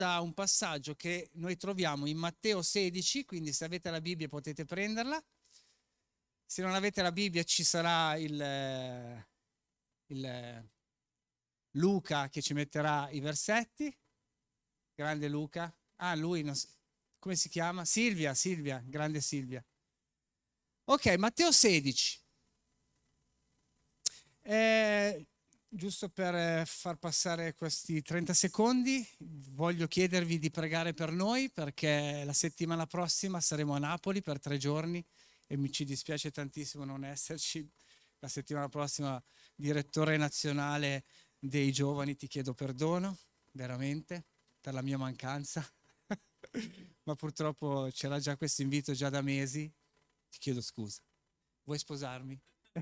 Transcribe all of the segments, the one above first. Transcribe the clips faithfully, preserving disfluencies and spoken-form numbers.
da un passaggio che noi troviamo in Matteo sedici, quindi se avete la Bibbia potete prenderla. Se non avete la Bibbia ci sarà il, il Luca che ci metterà i versetti. Grande Luca. Ah, lui, non so, come si chiama? Silvia, Silvia, grande Silvia. Ok, Matteo sedici. Eh, giusto per far passare questi trenta secondi, voglio chiedervi di pregare per noi perché la settimana prossima saremo a Napoli per tre giorni e mi ci dispiace tantissimo non esserci. La settimana prossima, direttore nazionale dei giovani, ti chiedo perdono, veramente, per la mia mancanza, ma purtroppo c'era già questo invito già da mesi, ti chiedo scusa. Vuoi sposarmi?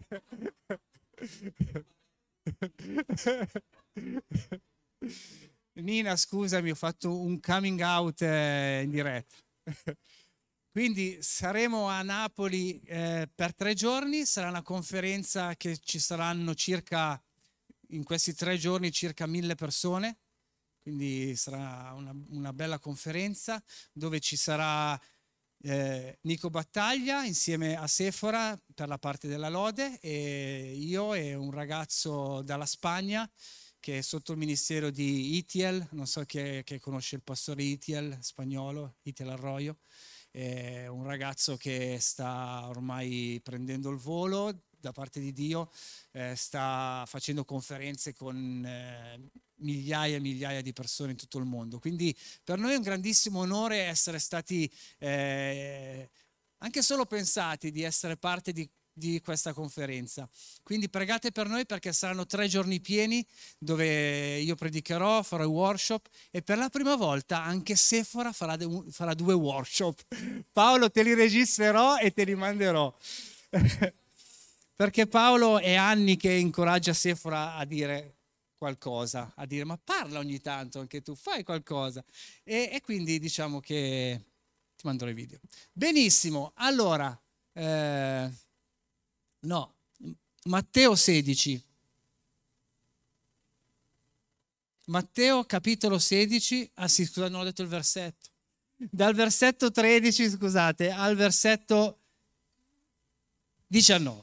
Nina, scusami, ho fatto un coming out eh, in diretta. Quindi saremo a Napoli eh, per tre giorni, sarà una conferenza che ci saranno circa, in questi tre giorni, circa mille persone, quindi sarà una, una bella conferenza dove ci sarà eh, Nico Battaglia insieme a Sephora per la parte della lode e io e un ragazzo dalla Spagna che è sotto il ministero di Itiel, non so chi, chi conosce il pastore Itiel spagnolo, Itiel Arroyo. È un ragazzo che sta ormai prendendo il volo da parte di Dio, eh, sta facendo conferenze con eh, migliaia e migliaia di persone in tutto il mondo. Quindi per noi è un grandissimo onore essere stati eh, anche solo pensati di essere parte di di questa conferenza. Quindi pregate per noi perché saranno tre giorni pieni dove io predicherò, farò i workshop e per la prima volta anche Sephora farà, de- farà due workshop. Paolo, te li registrerò e te li manderò. Perché Paolo è anni che incoraggia Sephora a dire qualcosa, a dire ma parla ogni tanto anche tu, fai qualcosa. E, e quindi diciamo che ti manderò i video. Benissimo, allora... Eh, No, Matteo sedici. Matteo capitolo sedici. Ah sì, scusa, non ho detto il versetto. Dal versetto tredici, scusate, al versetto diciannove.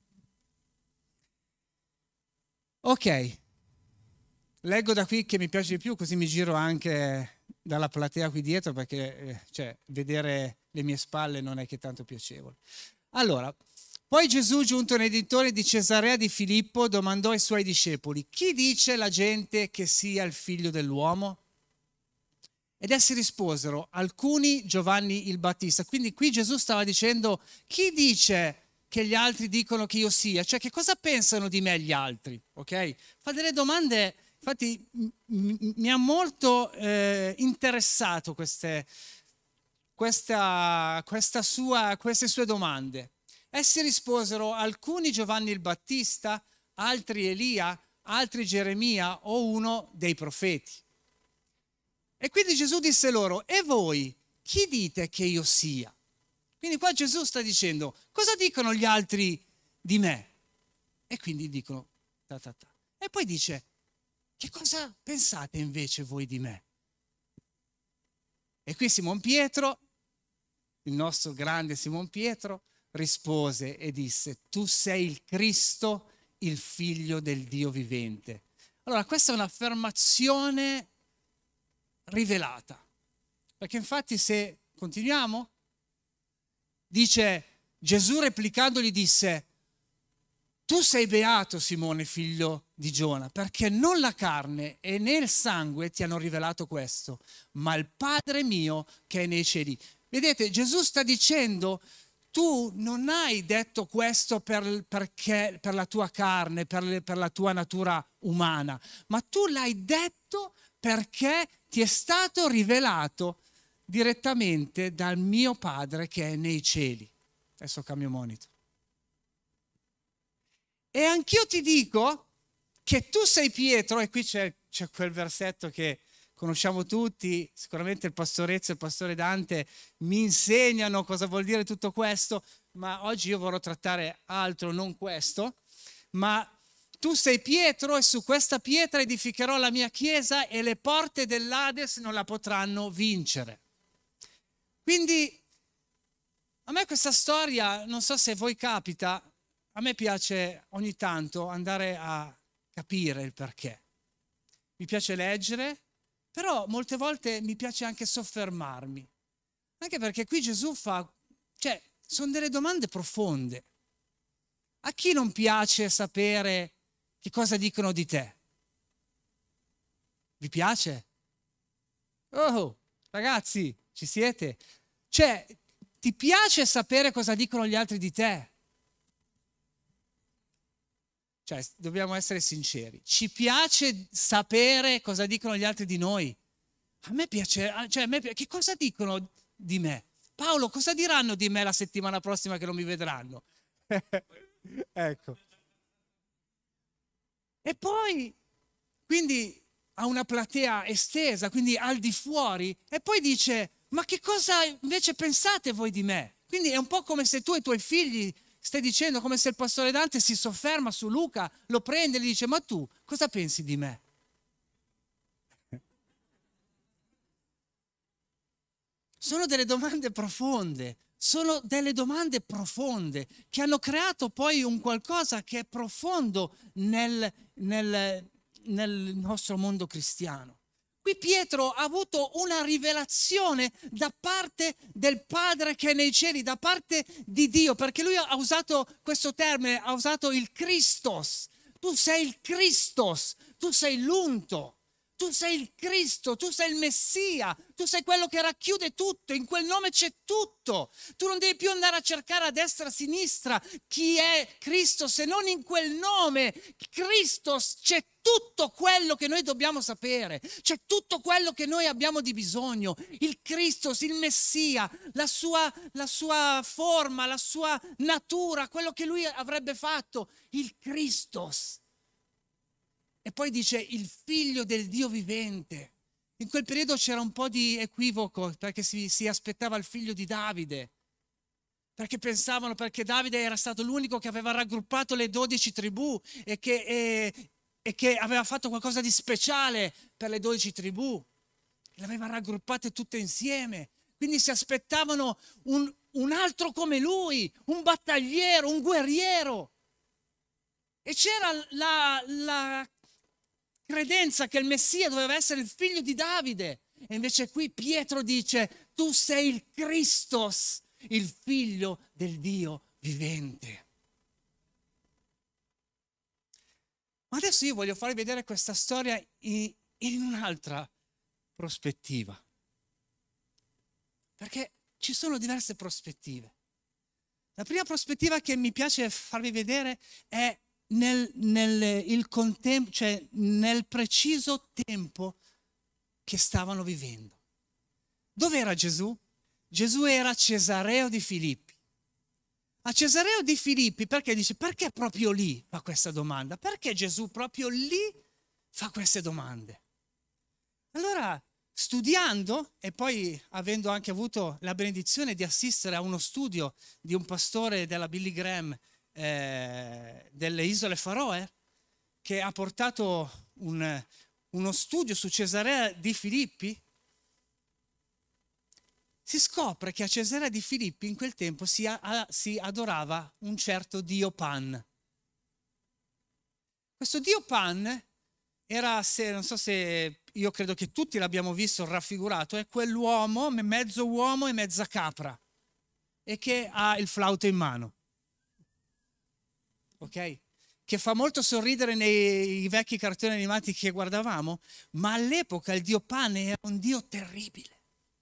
Ok. Leggo da qui che mi piace di più, così mi giro anche dalla platea qui dietro perché eh, cioè, vedere le mie spalle non è che tanto piacevole. Allora, poi Gesù, giunto nei dintorni di Cesarea di Filippo, domandò ai suoi discepoli: chi dice la gente che sia il figlio dell'uomo? Ed essi risposero: alcuni Giovanni il Battista. Quindi qui Gesù stava dicendo: chi dice che gli altri dicono che io sia? Cioè, che cosa pensano di me gli altri? Ok? Fa delle domande, infatti mi ha molto eh, interessato queste, questa, questa sua, queste sue domande. Essi risposero: alcuni Giovanni il Battista, altri Elia, altri Geremia o uno dei profeti. E quindi Gesù disse loro: e voi chi dite che io sia? Quindi qua Gesù sta dicendo: cosa dicono gli altri di me? E quindi dicono ta ta ta. E poi dice: che cosa pensate invece voi di me? E qui Simon Pietro, il nostro grande Simon Pietro, rispose e disse: tu sei il Cristo, il figlio del Dio vivente. Allora questa è un'affermazione rivelata, perché infatti se continuiamo dice Gesù replicandogli disse: tu sei beato Simone figlio di Giona, perché non la carne e né il sangue ti hanno rivelato questo, ma il Padre mio che è nei cieli. Vedete, Gesù sta dicendo: tu non hai detto questo per, perché, per la tua carne, per, per la tua natura umana, ma tu l'hai detto perché ti è stato rivelato direttamente dal mio Padre che è nei cieli. Adesso cambio monitor. E anch'io ti dico che tu sei Pietro, e qui c'è, c'è quel versetto che conosciamo tutti, sicuramente il pastore Ezio e il pastore Dante mi insegnano cosa vuol dire tutto questo, ma oggi io vorrò trattare altro, non questo, ma tu sei Pietro e su questa pietra edificherò la mia chiesa e le porte dell'Ades non la potranno vincere. Quindi a me questa storia, non so se a voi capita, a me piace ogni tanto andare a capire il perché. Mi piace leggere, però molte volte mi piace anche soffermarmi. Anche perché qui Gesù fa, cioè, sono delle domande profonde. A chi non piace sapere che cosa dicono di te? Vi piace? Oh, ragazzi, ci siete? Cioè, ti piace sapere cosa dicono gli altri di te? Cioè, dobbiamo essere sinceri. Ci piace sapere cosa dicono gli altri di noi? A me piace, cioè, a me, che cosa dicono di me? Paolo, cosa diranno di me la settimana prossima che non mi vedranno? Ecco. E poi, quindi, ha una platea estesa, quindi al di fuori, e poi dice, ma che cosa invece pensate voi di me? Quindi è un po' come se tu e i tuoi figli stai dicendo, come se il pastore Dante si sofferma su Luca, lo prende e gli dice, ma tu cosa pensi di me? Sono delle domande profonde, sono delle domande profonde che hanno creato poi un qualcosa che è profondo nel, nel, nel nostro mondo cristiano. Qui Pietro ha avuto una rivelazione da parte del Padre che è nei cieli, da parte di Dio, perché lui ha usato questo termine, ha usato il Christos. Tu sei il Christos, tu sei l'unto. Tu sei il Cristo, tu sei il Messia, tu sei quello che racchiude tutto, in quel nome c'è tutto. Tu non devi più andare a cercare a destra e a sinistra chi è Cristo, se non in quel nome, Cristo, c'è tutto quello che noi dobbiamo sapere, c'è tutto quello che noi abbiamo di bisogno. Il Cristo, il Messia, la sua, la sua forma, la sua natura, quello che lui avrebbe fatto, il Cristo. E poi dice il figlio del Dio vivente. In quel periodo c'era un po' di equivoco perché si, si aspettava il figlio di Davide. Perché pensavano, perché Davide era stato l'unico che aveva raggruppato le dodici tribù e che, e, e che aveva fatto qualcosa di speciale per le dodici tribù. Le aveva raggruppate tutte insieme. Quindi si aspettavano un, un altro come lui, un battagliero, un guerriero. E c'era la... la credenza che il Messia doveva essere il figlio di Davide, e invece qui Pietro dice tu sei il Christos, il figlio del Dio vivente. Ma adesso io voglio farvi vedere questa storia in, in un'altra prospettiva, perché ci sono diverse prospettive. La prima prospettiva che mi piace farvi vedere è Nel, nel, il contem- cioè nel preciso tempo che stavano vivendo. Dove era Gesù? Gesù era a Cesareo di Filippi. A Cesareo di Filippi, perché dice, perché proprio lì fa questa domanda? Perché Gesù proprio lì fa queste domande? Allora, studiando e poi avendo anche avuto la benedizione di assistere a uno studio di un pastore della Billy Graham, Eh, delle isole Faroe, che ha portato un, uno studio su Cesarea di Filippi, si scopre che a Cesarea di Filippi in quel tempo si, a, si adorava un certo dio Pan. Questo dio Pan era, se, non so se, io credo che tutti l'abbiamo visto raffigurato, è quell'uomo, mezzo uomo e mezza capra, e che ha il flauto in mano. Ok? Che fa molto sorridere nei vecchi cartoni animati che guardavamo, ma all'epoca il dio Pan era un dio terribile.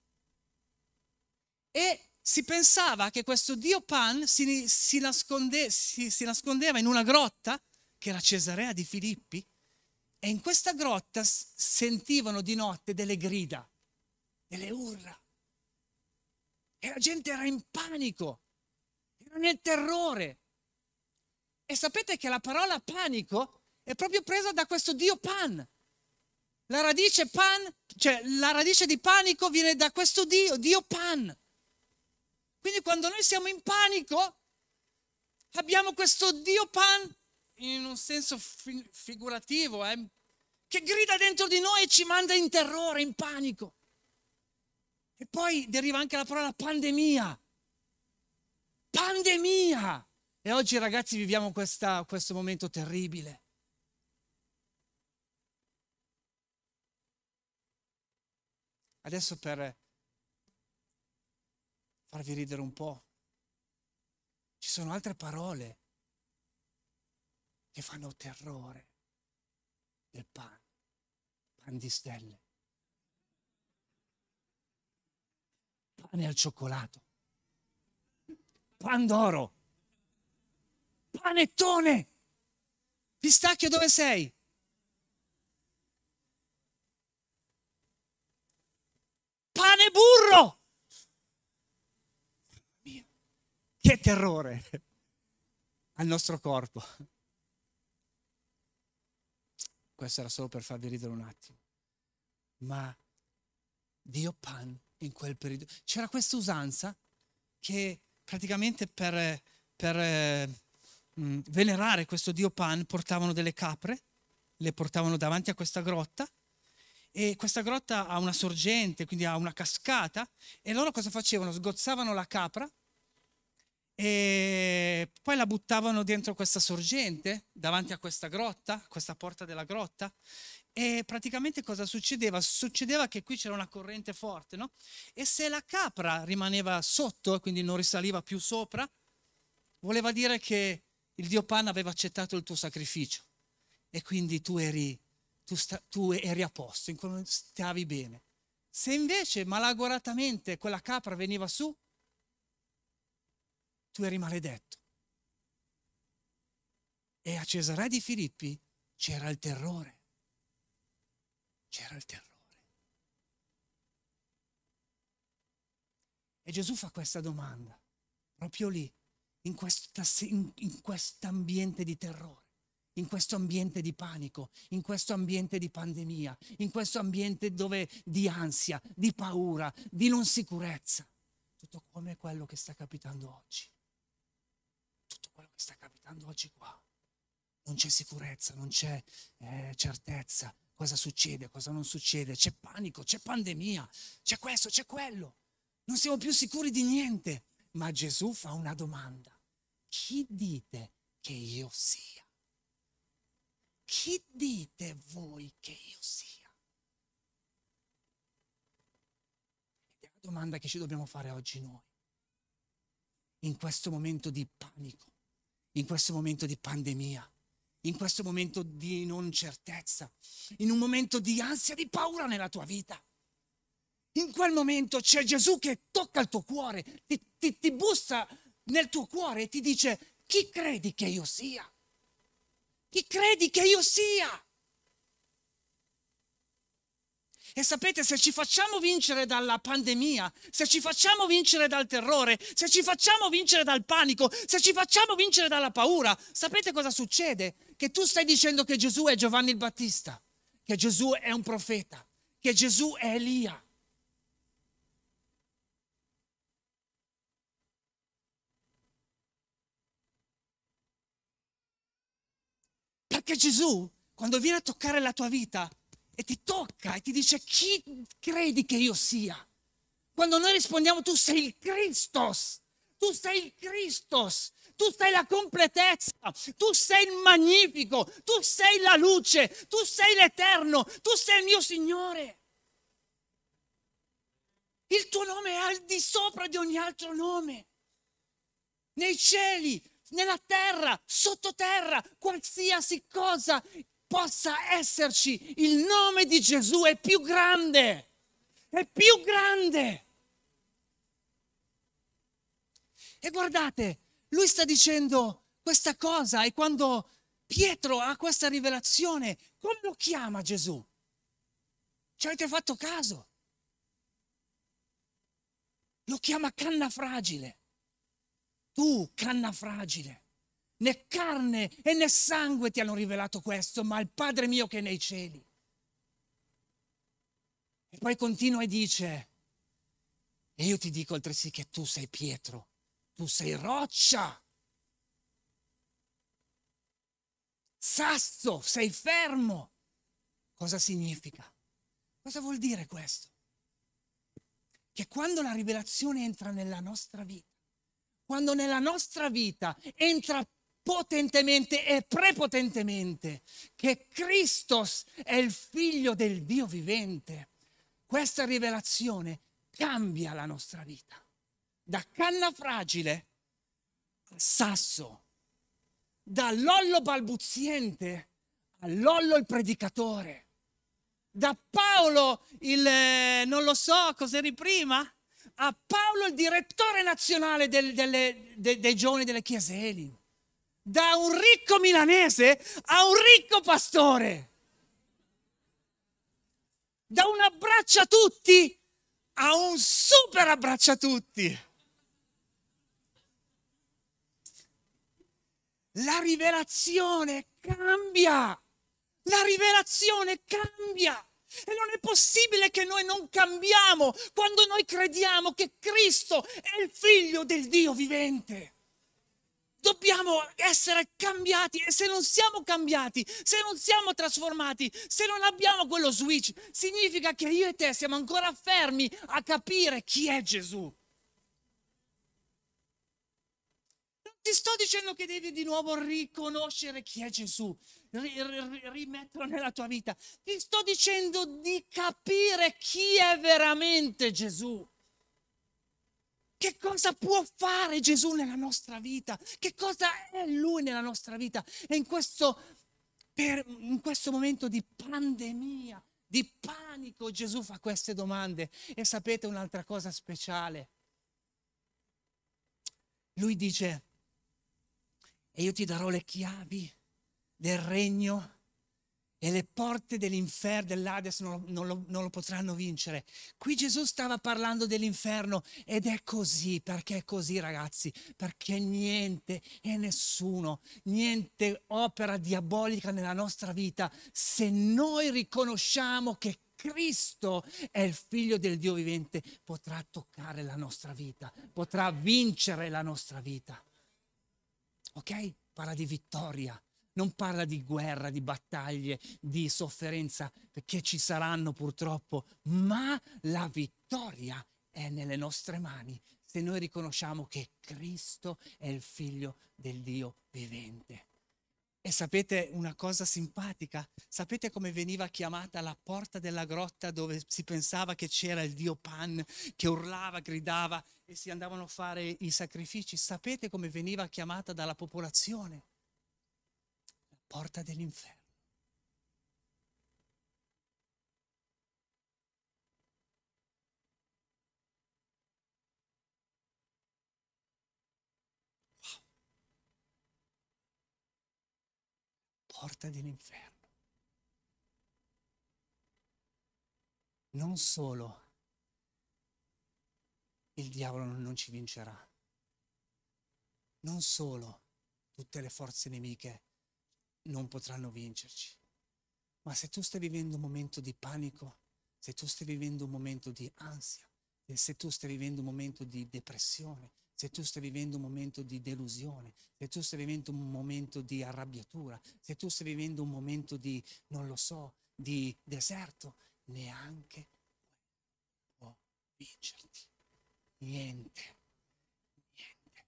E si pensava che questo dio Pan si, si, nasconde, si, si nascondeva in una grotta, che era Cesarea di Filippi, e in questa grotta sentivano di notte delle grida, delle urla. E la gente era in panico, era nel terrore. E sapete che la parola panico è proprio presa da questo dio Pan. La radice Pan, cioè la radice di panico viene da questo dio, dio Pan. Quindi quando noi siamo in panico, abbiamo questo dio Pan in un senso fi- figurativo, eh, che grida dentro di noi e ci manda in terrore, in panico. E poi deriva anche la parola pandemia. Pandemia! E oggi ragazzi viviamo questa, questo momento terribile. Adesso per farvi ridere un po', ci sono altre parole che fanno terrore del pane, pan di stelle, pane al cioccolato, pan d'oro, panettone, pistacchio dove sei? Pane burro! Che terrore al nostro corpo. Questo era solo per farvi ridere un attimo. Ma Dio pan in quel periodo. C'era questa usanza che praticamente per, per eh, mh, venerare questo Dio pan portavano delle capre, le portavano davanti a questa grotta, e questa grotta ha una sorgente, quindi ha una cascata, e loro cosa facevano? Sgozzavano la capra e poi la buttavano dentro questa sorgente, davanti a questa grotta, questa porta della grotta, e praticamente cosa succedeva? Succedeva che qui c'era una corrente forte, no? E se la capra rimaneva sotto, quindi non risaliva più sopra, voleva dire che il Dio Pan aveva accettato il tuo sacrificio e quindi tu eri, tu sta, tu eri a posto, in cui stavi bene. Se invece malagoratamente quella capra veniva su, tu eri maledetto. E a Cesare di Filippi c'era il terrore. C'era il terrore. E Gesù fa questa domanda, proprio lì, in questo ambiente di terrore, in questo ambiente di panico, in questo ambiente di pandemia, in questo ambiente dove di ansia, di paura, di non sicurezza. Tutto come quello che sta capitando oggi. Tutto quello che sta capitando oggi qua. Non c'è sicurezza, non c'è eh, certezza. Cosa succede, cosa non succede? C'è panico, c'è pandemia, c'è questo, c'è quello. Non siamo più sicuri di niente. Ma Gesù fa una domanda. Chi dite che io sia? Chi dite voi che io sia? È la domanda che ci dobbiamo fare oggi noi. In questo momento di panico, in questo momento di pandemia, in questo momento di non certezza, in un momento di ansia, di paura nella tua vita. In quel momento c'è Gesù che tocca il tuo cuore, ti, ti, ti bussa nel tuo cuore e ti dice: chi credi che io sia? Chi credi che io sia? E sapete, se ci facciamo vincere dalla pandemia, se ci facciamo vincere dal terrore, se ci facciamo vincere dal panico, se ci facciamo vincere dalla paura, sapete cosa succede? Che tu stai dicendo che Gesù è Giovanni il Battista, che Gesù è un profeta, che Gesù è Elia. Perché Gesù, quando viene a toccare la tua vita e ti tocca e ti dice: chi credi che io sia? Quando noi rispondiamo: tu sei il Christos, tu sei il Christos, tu sei la completezza, tu sei il magnifico, tu sei la luce, tu sei l'eterno, tu sei il mio Signore. Il tuo nome è al di sopra di ogni altro nome. Nei cieli, nella terra, sottoterra, qualsiasi cosa possa esserci, il nome di Gesù è più grande, è più grande. E guardate, lui sta dicendo questa cosa e quando Pietro ha questa rivelazione, come lo chiama Gesù? Ci avete fatto caso? Lo chiama canna fragile. Tu, canna fragile, né carne e né sangue ti hanno rivelato questo, ma il Padre mio che è nei cieli. E poi continua e dice: e io ti dico altresì che tu sei Pietro, tu sei roccia. Sasso, sei fermo. Cosa significa? Cosa vuol dire questo? Che quando la rivelazione entra nella nostra vita, quando nella nostra vita entra potentemente e prepotentemente che Cristo è il figlio del Dio vivente, questa rivelazione cambia la nostra vita. Da canna fragile al sasso, da lollo balbuziente a lollo il predicatore, da Paolo il, eh, non lo so, cos'eri prima, a Paolo il direttore nazionale del, delle, de, dei giovani delle chiese Elim, da un ricco milanese a un ricco pastore, da un abbracciatutti a un super abbracciatutti. La rivelazione cambia, la rivelazione cambia. E non è possibile che noi non cambiamo quando noi crediamo che Cristo è il figlio del Dio vivente. Dobbiamo essere cambiati, e se non siamo cambiati, se non siamo trasformati, se non abbiamo quello switch, significa che io e te siamo ancora fermi a capire chi è Gesù. Ti sto dicendo che devi di nuovo riconoscere chi è Gesù, rimetterlo nella tua vita. Ti sto dicendo di capire chi è veramente Gesù. Che cosa può fare Gesù nella nostra vita? Che cosa è Lui nella nostra vita? E in questo, per, in questo momento di pandemia, di panico, Gesù fa queste domande. E sapete un'altra cosa speciale? Lui dice: e io ti darò le chiavi del regno e le porte dell'inferno, dell'Ades non, non, lo, non lo potranno vincere. Qui Gesù stava parlando dell'inferno, ed è così. Perché è così, ragazzi? Perché niente e nessuno, niente opera diabolica nella nostra vita, se noi riconosciamo che Cristo è il figlio del Dio vivente, potrà toccare la nostra vita, potrà vincere la nostra vita. Ok? Parla di vittoria, non parla di guerra, di battaglie, di sofferenza, perché ci saranno purtroppo, ma la vittoria è nelle nostre mani se noi riconosciamo che Cristo è il figlio del Dio vivente. E sapete una cosa simpatica? Sapete come veniva chiamata la porta della grotta, dove si pensava che c'era il dio Pan, che urlava, gridava e si andavano a fare i sacrifici? Sapete come veniva chiamata dalla popolazione? La porta dell'inferno. Wow. Porta dell'inferno. Non solo il diavolo non ci vincerà, non solo tutte le forze nemiche non potranno vincerci, ma se tu stai vivendo un momento di panico, se tu stai vivendo un momento di ansia, se tu stai vivendo un momento di depressione, se tu stai vivendo un momento di delusione, se tu stai vivendo un momento di arrabbiatura, se tu stai vivendo un momento di, non lo so, di deserto, neanche può vincerti. Niente, niente.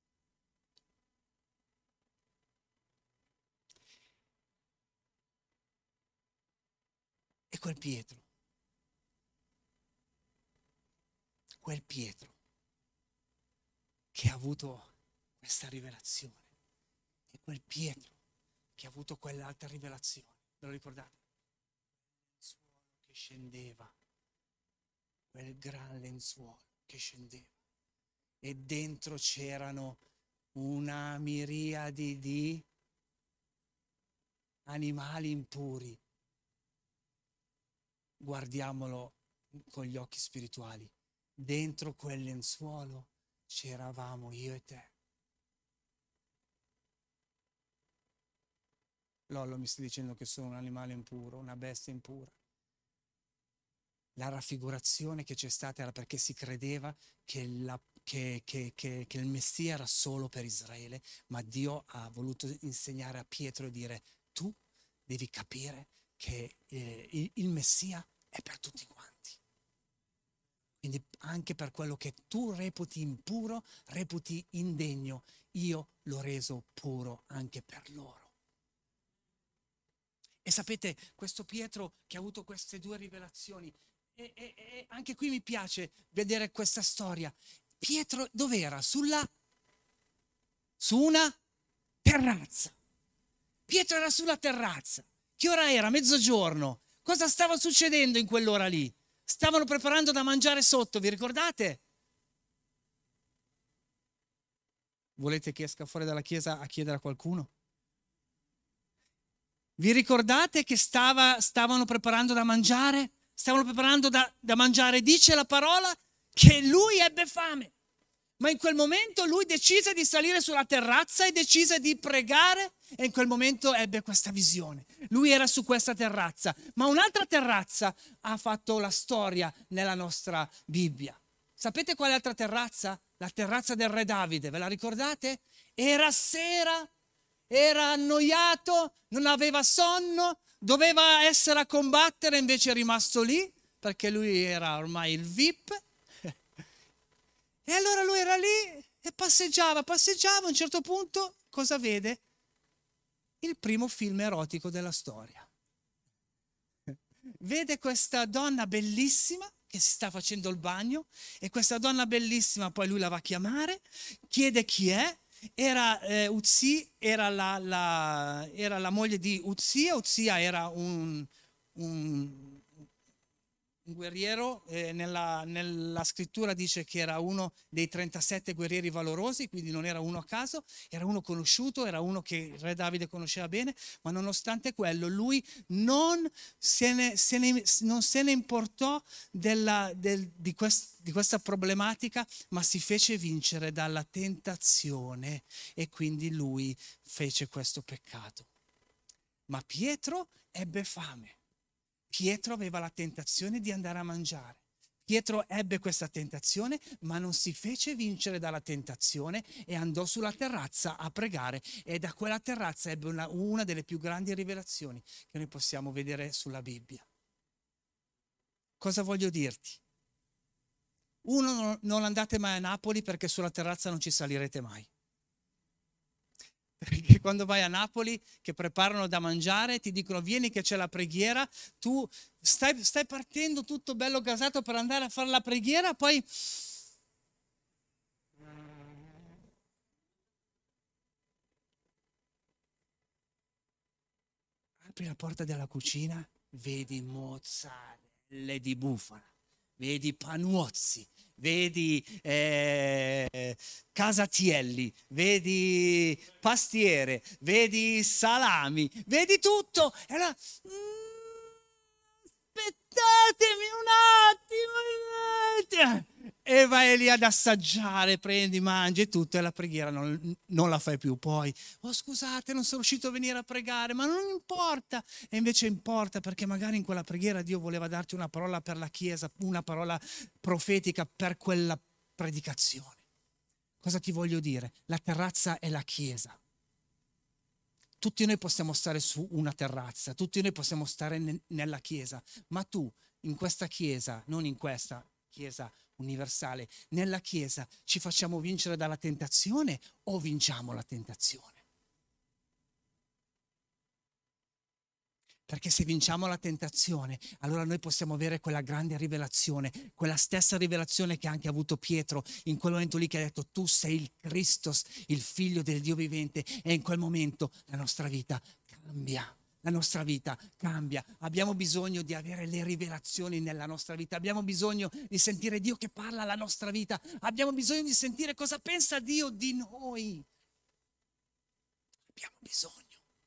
E quel Pietro, quel Pietro che ha avuto questa rivelazione, e quel Pietro che ha avuto quell'altra rivelazione, ve lo ricordate? Il lenzuolo che scendeva, quel gran lenzuolo che scendeva, e dentro c'erano una miriade di animali impuri. Guardiamolo con gli occhi spirituali. Dentro quel lenzuolo c'eravamo io e te. Lollo mi sta dicendo che sono un animale impuro, una bestia impura. La raffigurazione che c'è stata era perché si credeva che, la, che, che, che, che il Messia era solo per Israele, ma Dio ha voluto insegnare a Pietro e dire: tu devi capire che eh, il, il Messia è per tutti quanti. Quindi anche per quello che tu reputi impuro, reputi indegno, io l'ho reso puro anche per loro. E sapete, questo Pietro che ha avuto queste due rivelazioni, e, e, e anche qui mi piace vedere questa storia. Pietro dov'era? Sulla, su una terrazza. Pietro era sulla terrazza. Che ora era? Mezzogiorno. Cosa stava succedendo in quell'ora lì? Stavano preparando da mangiare sotto, vi ricordate? Volete che esca fuori dalla chiesa a chiedere a qualcuno? Vi ricordate che stava, stavano preparando da mangiare? Stavano preparando da, da mangiare. Dice la parola che lui ebbe fame. Ma in quel momento lui decise di salire sulla terrazza e decise di pregare e in quel momento ebbe questa visione. Lui era su questa terrazza, ma un'altra terrazza ha fatto la storia nella nostra Bibbia. Sapete quale altra terrazza? La terrazza del re Davide, ve la ricordate? Era sera, era annoiato, non aveva sonno, doveva essere a combattere, invece è rimasto lì perché lui era ormai il V I P. E allora lui era lì e passeggiava, passeggiava, a un certo punto cosa vede? Il primo film erotico della storia. Vede questa donna bellissima che si sta facendo il bagno e questa donna bellissima poi lui la va a chiamare, chiede chi è, era eh, Uzzi, era la, la, era la moglie di Uzia, Uzia era un... un un guerriero, eh, nella, nella scrittura dice che era uno dei trentasette guerrieri valorosi, quindi non era uno a caso, era uno conosciuto, era uno che il re Davide conosceva bene, ma nonostante quello lui non se ne, se ne, non se ne importò della, del, di, quest, di questa problematica, ma si fece vincere dalla tentazione e quindi lui fece questo peccato. Ma Pietro ebbe fame. Pietro aveva la tentazione di andare a mangiare. Pietro ebbe questa tentazione, ma non si fece vincere dalla tentazione e andò sulla terrazza a pregare e da quella terrazza ebbe una, una delle più grandi rivelazioni che noi possiamo vedere sulla Bibbia. Cosa voglio dirti? Uno, non andate mai a Napoli perché sulla terrazza non ci salirete mai. Perché quando vai a Napoli che preparano da mangiare ti dicono vieni che c'è la preghiera, tu stai, stai partendo tutto bello gasato per andare a fare la preghiera, poi apri la porta della cucina, vedi mozzarelle di bufala, vedi panuozzi, vedi eh, casatielli, vedi pastiere, vedi salami, vedi tutto. E allora, mm, aspettatemi un attimo, e vai lì ad assaggiare, prendi, mangi e tutto, e la preghiera non, non la fai più. Poi, oh scusate, non sono riuscito a venire a pregare, ma non importa. E invece importa, perché magari in quella preghiera Dio voleva darti una parola per la Chiesa, una parola profetica per quella predicazione. Cosa ti voglio dire? La terrazza è la Chiesa. Tutti noi possiamo stare su una terrazza, tutti noi possiamo stare ne- nella Chiesa, ma tu in questa Chiesa, non in questa Chiesa universale, nella Chiesa ci facciamo vincere dalla tentazione o vinciamo la tentazione? Perché se vinciamo la tentazione, allora noi possiamo avere quella grande rivelazione, quella stessa rivelazione che ha anche avuto Pietro in quel momento lì, che ha detto tu sei il Christos, il figlio del Dio vivente, e in quel momento la nostra vita cambia. La nostra vita cambia, abbiamo bisogno di avere le rivelazioni nella nostra vita, abbiamo bisogno di sentire Dio che parla alla nostra vita, abbiamo bisogno di sentire cosa pensa Dio di noi. Abbiamo bisogno.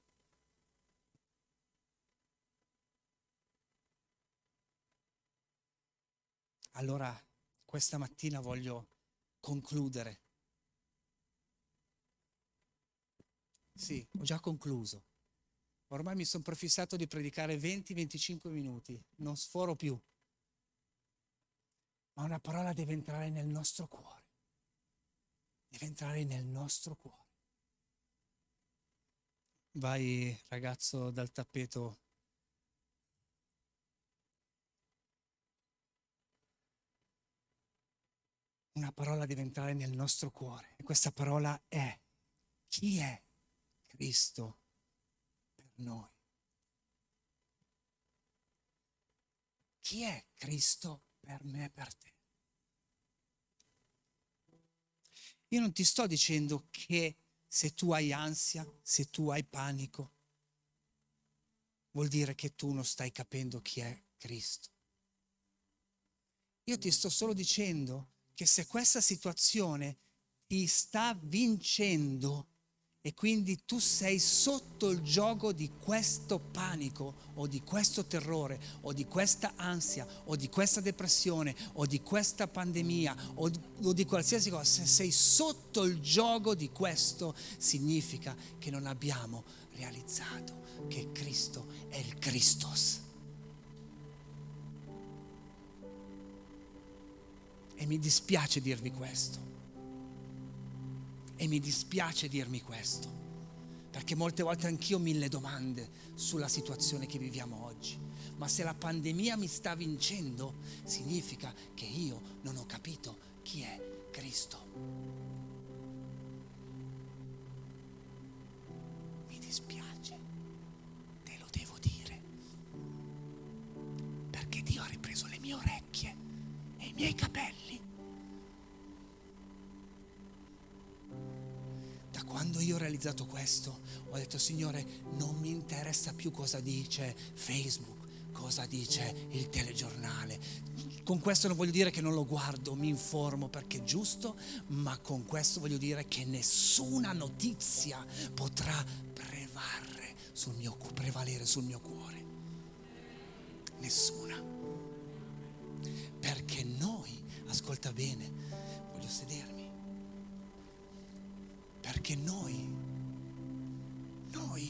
Allora, questa mattina voglio concludere. Sì, ho già concluso. Ormai mi sono prefissato di predicare venti venticinque minuti, non sforo più. Ma una parola deve entrare nel nostro cuore. Deve entrare nel nostro cuore. Vai, ragazzo dal tappeto. Una parola deve entrare nel nostro cuore e questa parola è: chi è Cristo per noi? Chi è Cristo per me e per te? Io non ti sto dicendo che se tu hai ansia, se tu hai panico, vuol dire che tu non stai capendo chi è Cristo. Io ti sto solo dicendo che se questa situazione ti sta vincendo e quindi tu sei sotto il gioco di questo panico o di questo terrore o di questa ansia o di questa depressione o di questa pandemia o di, o di qualsiasi cosa, se sei sotto il gioco di questo, significa che non abbiamo realizzato che Cristo è il Christos. E mi dispiace dirvi questo. E mi dispiace dirmi questo, perché molte volte anch'io ho mille domande sulla situazione che viviamo oggi. Ma se la pandemia mi sta vincendo, significa che io non ho capito chi è Cristo. Mi dispiace, te lo devo dire, perché Dio ha ripreso le mie orecchie e i miei capelli. Quando io ho realizzato questo, ho detto: Signore, non mi interessa più cosa dice Facebook, cosa dice il telegiornale. Con questo non voglio dire che non lo guardo, mi informo perché è giusto, ma con questo voglio dire che nessuna notizia potrà prevalere sul mio, prevalere sul mio cuore. Nessuna. Perché noi, ascolta bene, voglio sedermi. Perché noi, noi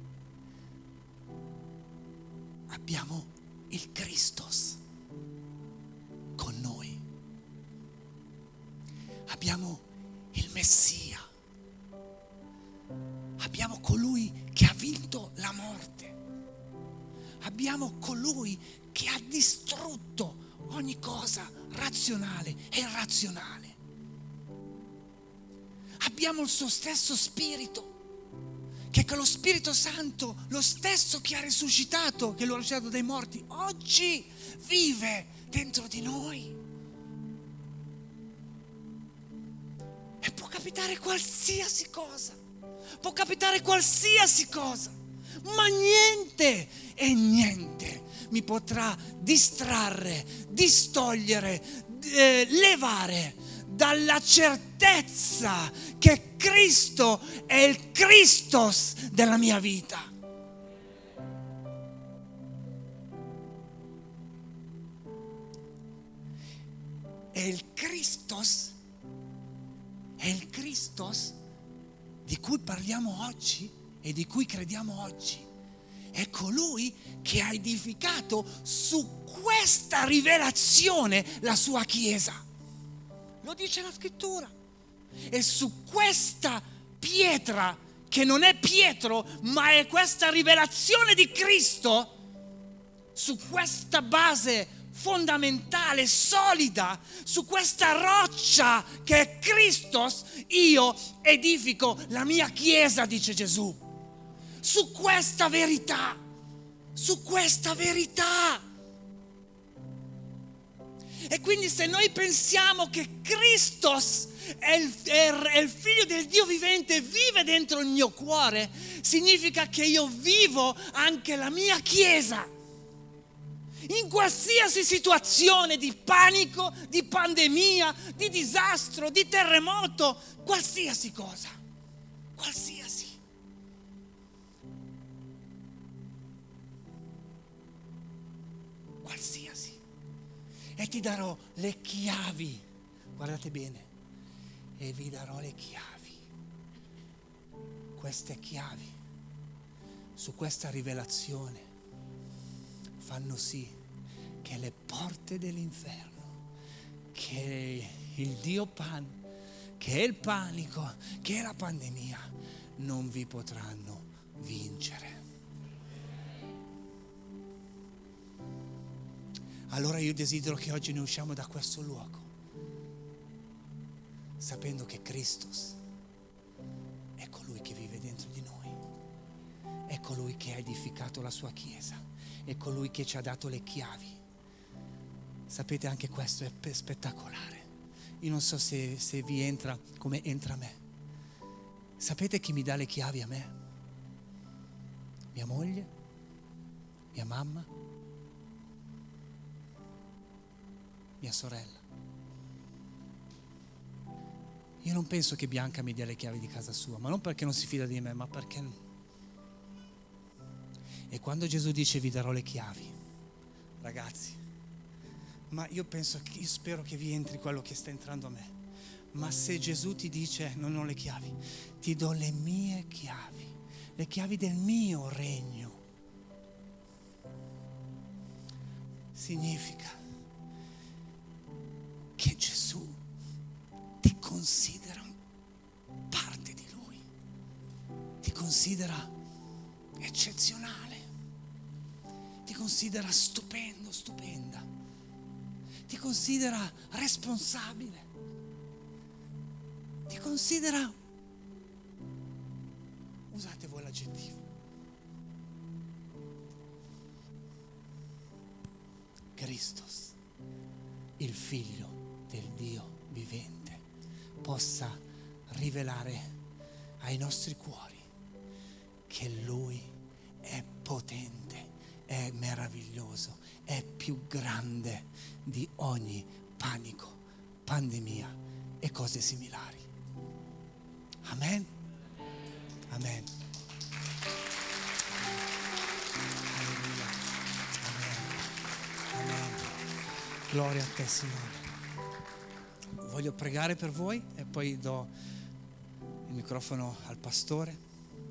abbiamo il Christos con noi. Abbiamo il Messia. Abbiamo colui che ha vinto la morte. Abbiamo colui che ha distrutto ogni cosa razionale e irrazionale. Abbiamo il suo stesso spirito, che è lo Spirito Santo, lo stesso che ha risuscitato, che lo ha risuscitato dai morti, oggi vive dentro di noi. E può capitare qualsiasi cosa, può capitare qualsiasi cosa, ma niente e niente mi potrà distrarre, distogliere, eh, levare dalla certezza che Cristo è il Christos della mia vita. E il Christos è il Christos di cui parliamo oggi e di cui crediamo oggi. È colui che ha edificato su questa rivelazione la sua Chiesa. Lo dice la scrittura. E su questa pietra, che non è Pietro, ma è questa rivelazione di Cristo, su questa base fondamentale, solida, su questa roccia che è Christos, io edifico la mia Chiesa, dice Gesù. Su questa verità, su questa verità. E quindi se noi pensiamo che Christos è il, è, è il figlio del Dio vivente e vive dentro il mio cuore, significa che io vivo anche la mia Chiesa. In qualsiasi situazione di panico, di pandemia, di disastro, di terremoto, qualsiasi cosa, qualsiasi. Qualsiasi. E ti darò le chiavi, guardate bene, e vi darò le chiavi. Queste chiavi, su questa rivelazione, fanno sì che le porte dell'inferno, che il Dio pan, che il panico, che la pandemia non vi potranno vincere. Allora io desidero che oggi noi usciamo da questo luogo sapendo che Cristo è colui che vive dentro di noi, è colui che ha edificato la sua chiesa, è colui che ci ha dato le chiavi. Sapete, anche questo è spettacolare. Io non so se, se vi entra come entra a me. Sapete chi mi dà le chiavi a me? Mia moglie, mia mamma, mia sorella. Io non penso che Bianca mi dia le chiavi di casa sua, ma non perché non si fida di me, ma perché... E quando Gesù dice vi darò le chiavi, ragazzi, ma io penso, che, io spero che vi entri quello che sta entrando a me. Ma se Gesù ti dice non ho le chiavi, ti do le mie chiavi, le chiavi del mio regno, significa che Gesù ti considera parte di Lui, ti considera eccezionale, ti considera stupendo, stupenda, ti considera responsabile, ti considera, usate voi l'aggettivo, Christos, il figlio del Dio vivente, possa rivelare ai nostri cuori che Lui è potente, è meraviglioso, è più grande di ogni panico, pandemia e cose similari. Amen? Amen. Alleluia. Amen. Amen. Gloria a te, Signore. Voglio pregare per voi e poi do il microfono al pastore.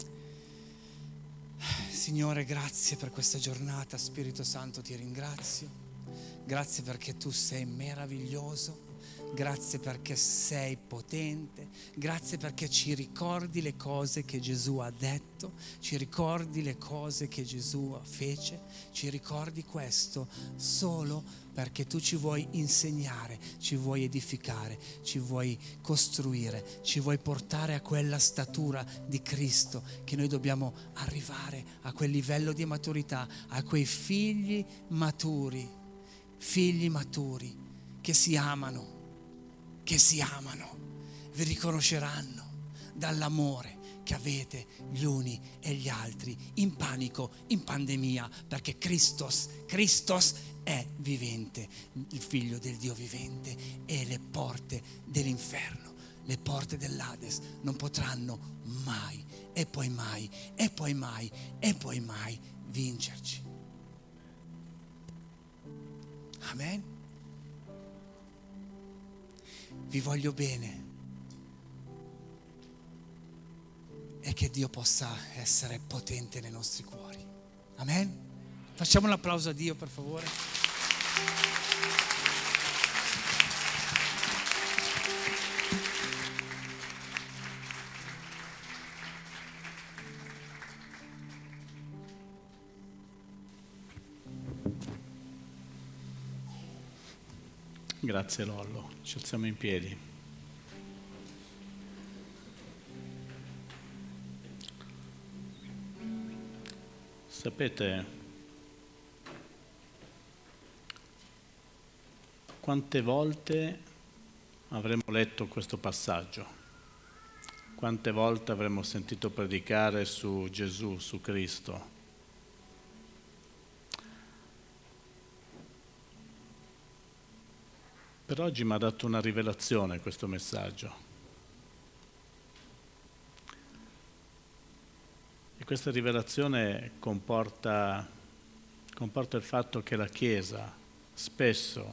Signore, grazie per questa giornata. Spirito Santo, ti ringrazio. Grazie perché tu sei meraviglioso. Grazie perché sei potente. Grazie perché ci ricordi le cose che Gesù ha detto, ci ricordi le cose che Gesù fece, ci ricordi questo solo perché tu ci vuoi insegnare, ci vuoi edificare, ci vuoi costruire, ci vuoi portare a quella statura di Cristo che noi dobbiamo arrivare, a quel livello di maturità, a quei figli maturi, figli maturi che si amano, che si amano, vi riconosceranno dall'amore che avete gli uni e gli altri, in panico, in pandemia, perché Christos, Christos è vivente, il figlio del Dio vivente, e le porte dell'inferno, le porte dell'Ades non potranno mai e poi mai e poi mai e poi mai vincerci. Amen. Vi voglio bene e che Dio possa essere potente nei nostri cuori. Amen. Facciamo un applauso a Dio, per favore. Grazie Lollo, ci alziamo in piedi. Sapete quante volte avremmo letto questo passaggio? Quante volte avremmo sentito predicare su Gesù, su Cristo? Per oggi mi ha dato una rivelazione questo messaggio. E questa rivelazione comporta, comporta il fatto che la Chiesa spesso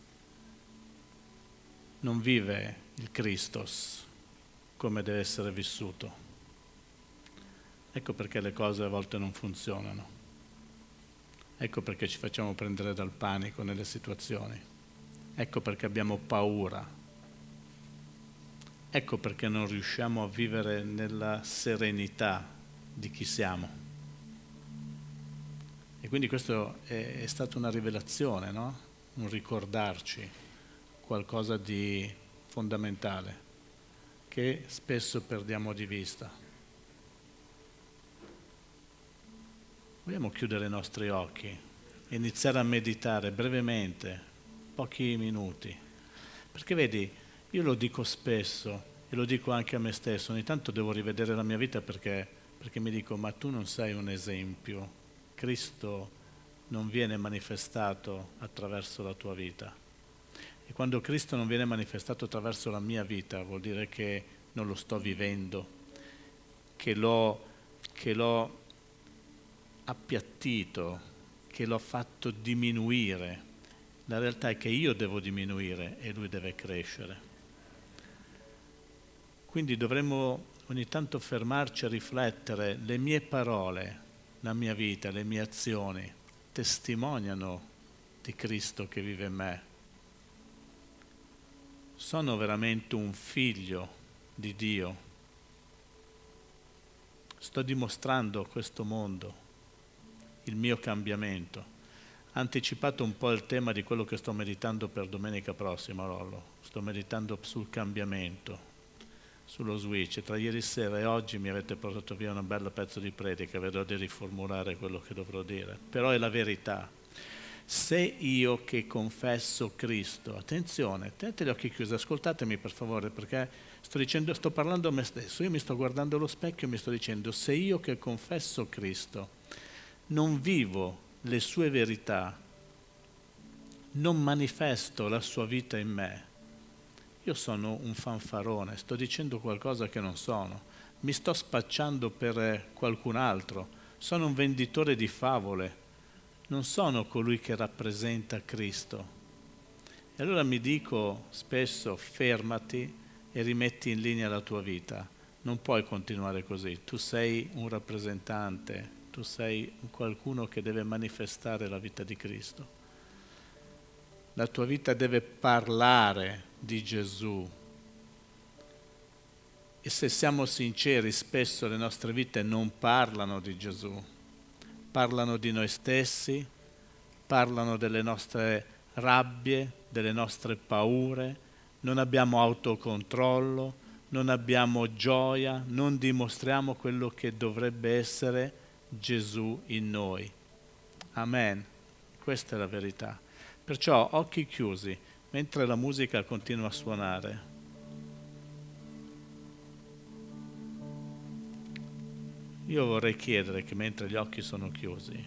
non vive il Christos come deve essere vissuto. Ecco perché le cose a volte non funzionano. Ecco perché ci facciamo prendere dal panico nelle situazioni. Ecco perché abbiamo paura. Ecco perché non riusciamo a vivere nella serenità di chi siamo. E quindi questo è, è stata una rivelazione, no? Un ricordarci qualcosa di fondamentale che spesso perdiamo di vista. Vogliamo chiudere i nostri occhi e iniziare a meditare brevemente, pochi minuti, perché vedi, io lo dico spesso e lo dico anche a me stesso, ogni tanto devo rivedere la mia vita perché, perché mi dico, ma tu non sei un esempio, Cristo non viene manifestato attraverso la tua vita. E quando Cristo non viene manifestato attraverso la mia vita vuol dire che non lo sto vivendo, che l'ho, che l'ho appiattito, che l'ho fatto diminuire. La realtà è che io devo diminuire e Lui deve crescere. Quindi dovremmo ogni tanto fermarci a riflettere, le mie parole, la mia vita, le mie azioni testimoniano di Cristo che vive in me. Sono veramente un figlio di Dio. Sto dimostrando a questo mondo il mio cambiamento. Ha anticipato un po' il tema di quello che sto meditando per domenica prossima, Lollo. Sto meditando sul cambiamento, sullo switch. Tra ieri sera e oggi mi avete portato via un bel pezzo di predica, vedrò di riformulare quello che dovrò dire. Però è la verità. Se io che confesso Cristo, attenzione, tenete gli occhi chiusi, ascoltatemi per favore, perché sto dicendo, sto parlando a me stesso, io mi sto guardando allo specchio e mi sto dicendo, se io che confesso Cristo non vivo le sue verità, non manifesto la sua vita in me, io sono un fanfarone, sto dicendo qualcosa che non sono, mi sto spacciando per qualcun altro, sono un venditore di favole, non sono colui che rappresenta Cristo. E allora mi dico spesso, fermati e rimetti in linea la tua vita. Non puoi continuare così. Tu sei un rappresentante, tu sei qualcuno che deve manifestare la vita di Cristo. La tua vita deve parlare di Gesù. E se siamo sinceri, spesso le nostre vite non parlano di Gesù. Parlano di noi stessi, parlano delle nostre rabbie, delle nostre paure, non abbiamo autocontrollo, non abbiamo gioia, non dimostriamo quello che dovrebbe essere Gesù in noi. Amen. Questa è la verità. Perciò occhi chiusi, mentre la musica continua a suonare. Io vorrei chiedere che mentre gli occhi sono chiusi,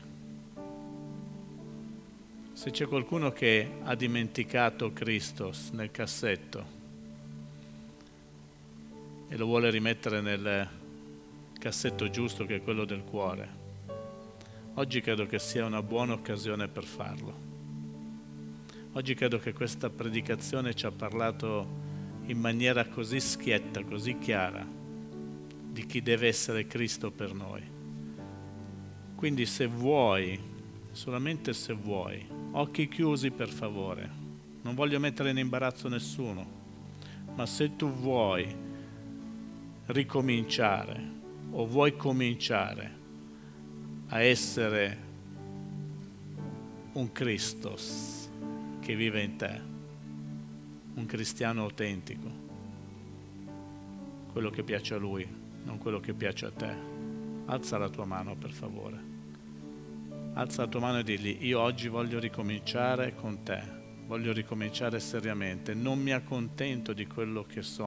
se c'è qualcuno che ha dimenticato Cristo nel cassetto e lo vuole rimettere nel cassetto giusto che è quello del cuore, oggi credo che sia una buona occasione per farlo. Oggi credo che questa predicazione ci ha parlato in maniera così schietta, così chiara, di chi deve essere Cristo per noi. Quindi se vuoi, solamente se vuoi, occhi chiusi per favore, non voglio mettere in imbarazzo nessuno, ma se tu vuoi ricominciare o vuoi cominciare a essere un Christos che vive in te, un cristiano autentico, quello che piace a Lui, non quello che piace a te, alza la tua mano per favore, alza la tua mano e digli, io oggi voglio ricominciare con te, voglio ricominciare seriamente, non mi accontento di quello che sono.